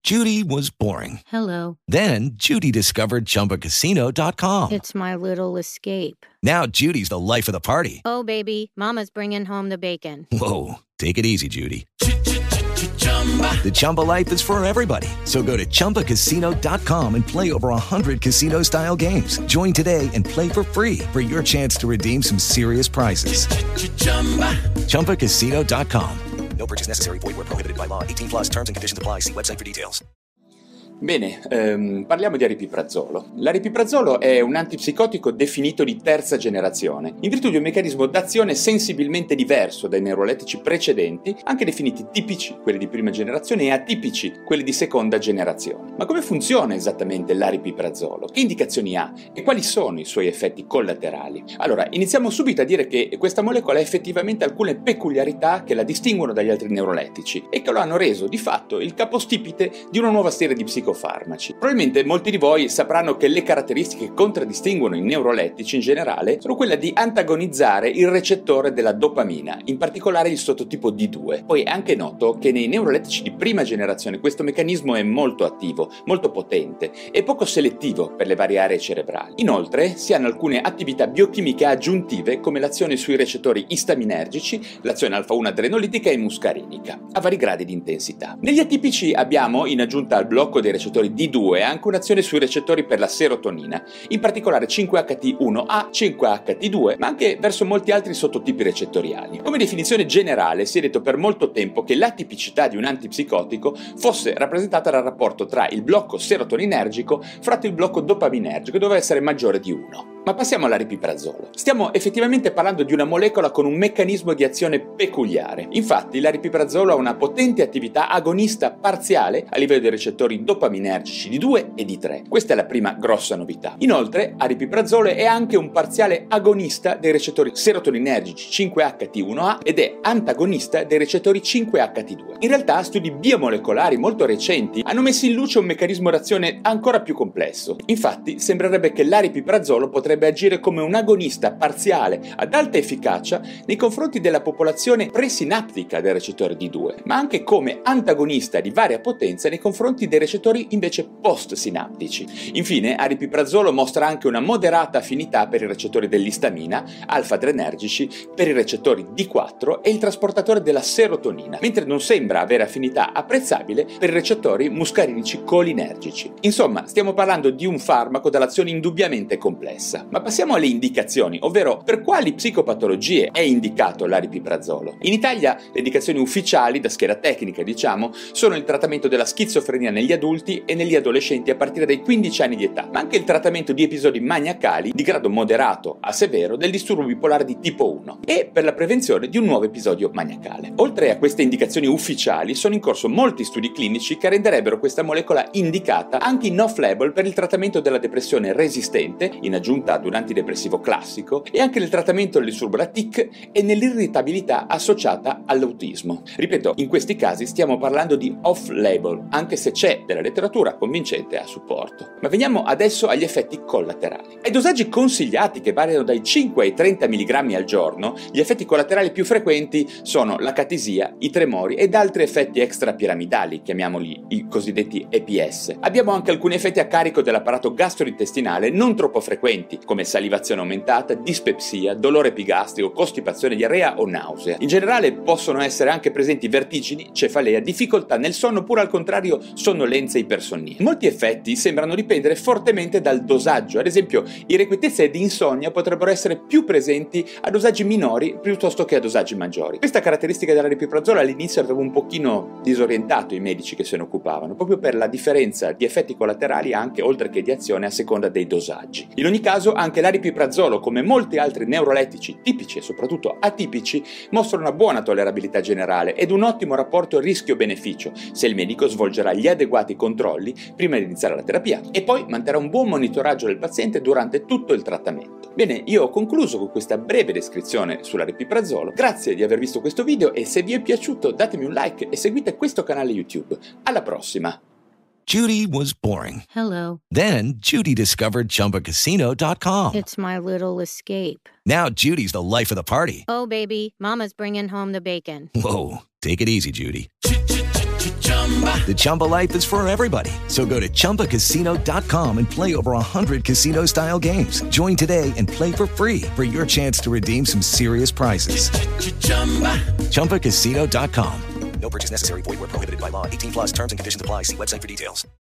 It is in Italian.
Judy was boring. Hello. Then Judy discovered ChumbaCasino.com. It's my little escape. Now Judy's the life of the party. Oh, baby, mama's bringing home the bacon. Whoa, take it easy, Judy. The Chumba life is for everybody. So go to ChumbaCasino.com and play over 100 casino-style games. Join today and play for free for your chance to redeem some serious prizes. ChumbaCasino.com. No purchase necessary. Void where prohibited by law. 18 plus terms and conditions apply. See website for details. Bene, parliamo di aripiprazolo. L'aripiprazolo è un antipsicotico definito di terza generazione, in virtù di un meccanismo d'azione sensibilmente diverso dai neurolettici precedenti, anche definiti tipici, quelli di prima generazione, e atipici, quelli di seconda generazione. Ma come funziona esattamente l'aripiprazolo? Che indicazioni ha? E quali sono i suoi effetti collaterali? Allora, iniziamo subito a dire che questa molecola ha effettivamente alcune peculiarità che la distinguono dagli altri neurolettici e che lo hanno reso, di fatto, il capostipite di una nuova serie di psicofarmaci. Probabilmente molti di voi sapranno che le caratteristiche che contraddistinguono i neurolettici in generale sono quelle di antagonizzare il recettore della dopamina, in particolare il sottotipo D2. Poi è anche noto che nei neurolettici di prima generazione questo meccanismo è molto attivo, molto potente e poco selettivo per le varie aree cerebrali. Inoltre si hanno alcune attività biochimiche aggiuntive come l'azione sui recettori istaminergici, l'azione alfa-1 adrenolitica e muscarinica, a vari gradi di intensità. Negli atipici abbiamo, in aggiunta al blocco dei recettori D2, anche un'azione sui recettori per la serotonina, in particolare 5HT1A, 5HT2, ma anche verso molti altri sottotipi recettoriali. Come definizione generale si è detto per molto tempo che l'atipicità di un antipsicotico fosse rappresentata dal rapporto tra il blocco serotoninergico fratto il blocco dopaminergico, che doveva essere maggiore di 1. Ma passiamo all'aripiprazolo. Stiamo effettivamente parlando di una molecola con un meccanismo di azione peculiare. Infatti l'aripiprazolo ha una potente attività agonista parziale a livello dei recettori dopaminergici D2 e D3. Questa è la prima grossa novità. Inoltre aripiprazolo è anche un parziale agonista dei recettori serotoninergici 5HT1A ed è antagonista dei recettori 5HT2. In realtà studi biomolecolari molto recenti hanno messo in luce un meccanismo d'azione ancora più complesso. Infatti sembrerebbe che l'aripiprazolo potrebbe agire come un agonista parziale ad alta efficacia nei confronti della popolazione presinaptica del recettore D2, ma anche come antagonista di varia potenza nei confronti dei recettori invece post-sinaptici. Infine, aripiprazolo mostra anche una moderata affinità per i recettori dell'istamina, alfa-adrenergici, per i recettori D4 e il trasportatore della serotonina, mentre non sembra avere affinità apprezzabile per i recettori muscarinici cholinergici. Insomma, stiamo parlando di un farmaco dall'azione indubbiamente complessa. Ma passiamo alle indicazioni, ovvero per quali psicopatologie è indicato l'aripiprazolo. In Italia le indicazioni ufficiali, da scheda tecnica diciamo, sono il trattamento della schizofrenia negli adulti e negli adolescenti a partire dai 15 anni di età, ma anche il trattamento di episodi maniacali di grado moderato a severo del disturbo bipolare di tipo 1 e per la prevenzione di un nuovo episodio maniacale. Oltre a queste indicazioni ufficiali sono in corso molti studi clinici che renderebbero questa molecola indicata anche in off-label per il trattamento della depressione resistente, in aggiunta ad un antidepressivo classico, e anche nel trattamento del disturbo da tic e nell'irritabilità associata all'autismo. Ripeto, in questi casi stiamo parlando di off-label, anche se c'è della letteratura convincente a supporto. Ma veniamo adesso agli effetti collaterali. Ai dosaggi consigliati, che variano dai 5 ai 30 mg al giorno, gli effetti collaterali più frequenti sono l'acatisia, i tremori ed altri effetti extrapiramidali, chiamiamoli i cosiddetti EPS. Abbiamo anche alcuni effetti a carico dell'apparato gastrointestinale non troppo frequenti, come salivazione aumentata, dispepsia, dolore epigastrico, costipazione, diarrea o nausea. In generale possono essere anche presenti vertigini, cefalea, difficoltà nel sonno oppure al contrario sonnolenza e ipersonnia. Molti effetti sembrano dipendere fortemente dal dosaggio, ad esempio irrequietezza ed insonnia potrebbero essere più presenti a dosaggi minori piuttosto che a dosaggi maggiori. Questa caratteristica dell'aripiprazolo all'inizio aveva un pochino disorientato i medici che se ne occupavano, proprio per la differenza di effetti collaterali anche oltre che di azione a seconda dei dosaggi. In ogni caso anche l'aripiprazolo, come molti altri neurolettici tipici e soprattutto atipici, mostra una buona tollerabilità generale ed un ottimo rapporto rischio-beneficio se il medico svolgerà gli adeguati controlli prima di iniziare la terapia e poi manterrà un buon monitoraggio del paziente durante tutto il trattamento. Bene, io ho concluso con questa breve descrizione sull'aripiprazolo. Grazie di aver visto questo video e se vi è piaciuto datemi un like e seguite questo canale YouTube. Alla prossima! Judy was boring. Hello. Then Judy discovered ChumbaCasino.com. It's my little escape. Now Judy's the life of the party. Oh, baby, mama's bringing home the bacon. Whoa, take it easy, Judy. The Chumba life is for everybody. So go to ChumbaCasino.com and play over 100 casino-style games. Join today and play for free for your chance to redeem some serious prizes. ChumbaCasino.com. No purchase necessary. Void where prohibited by law. 18 plus terms and conditions apply. See website for details.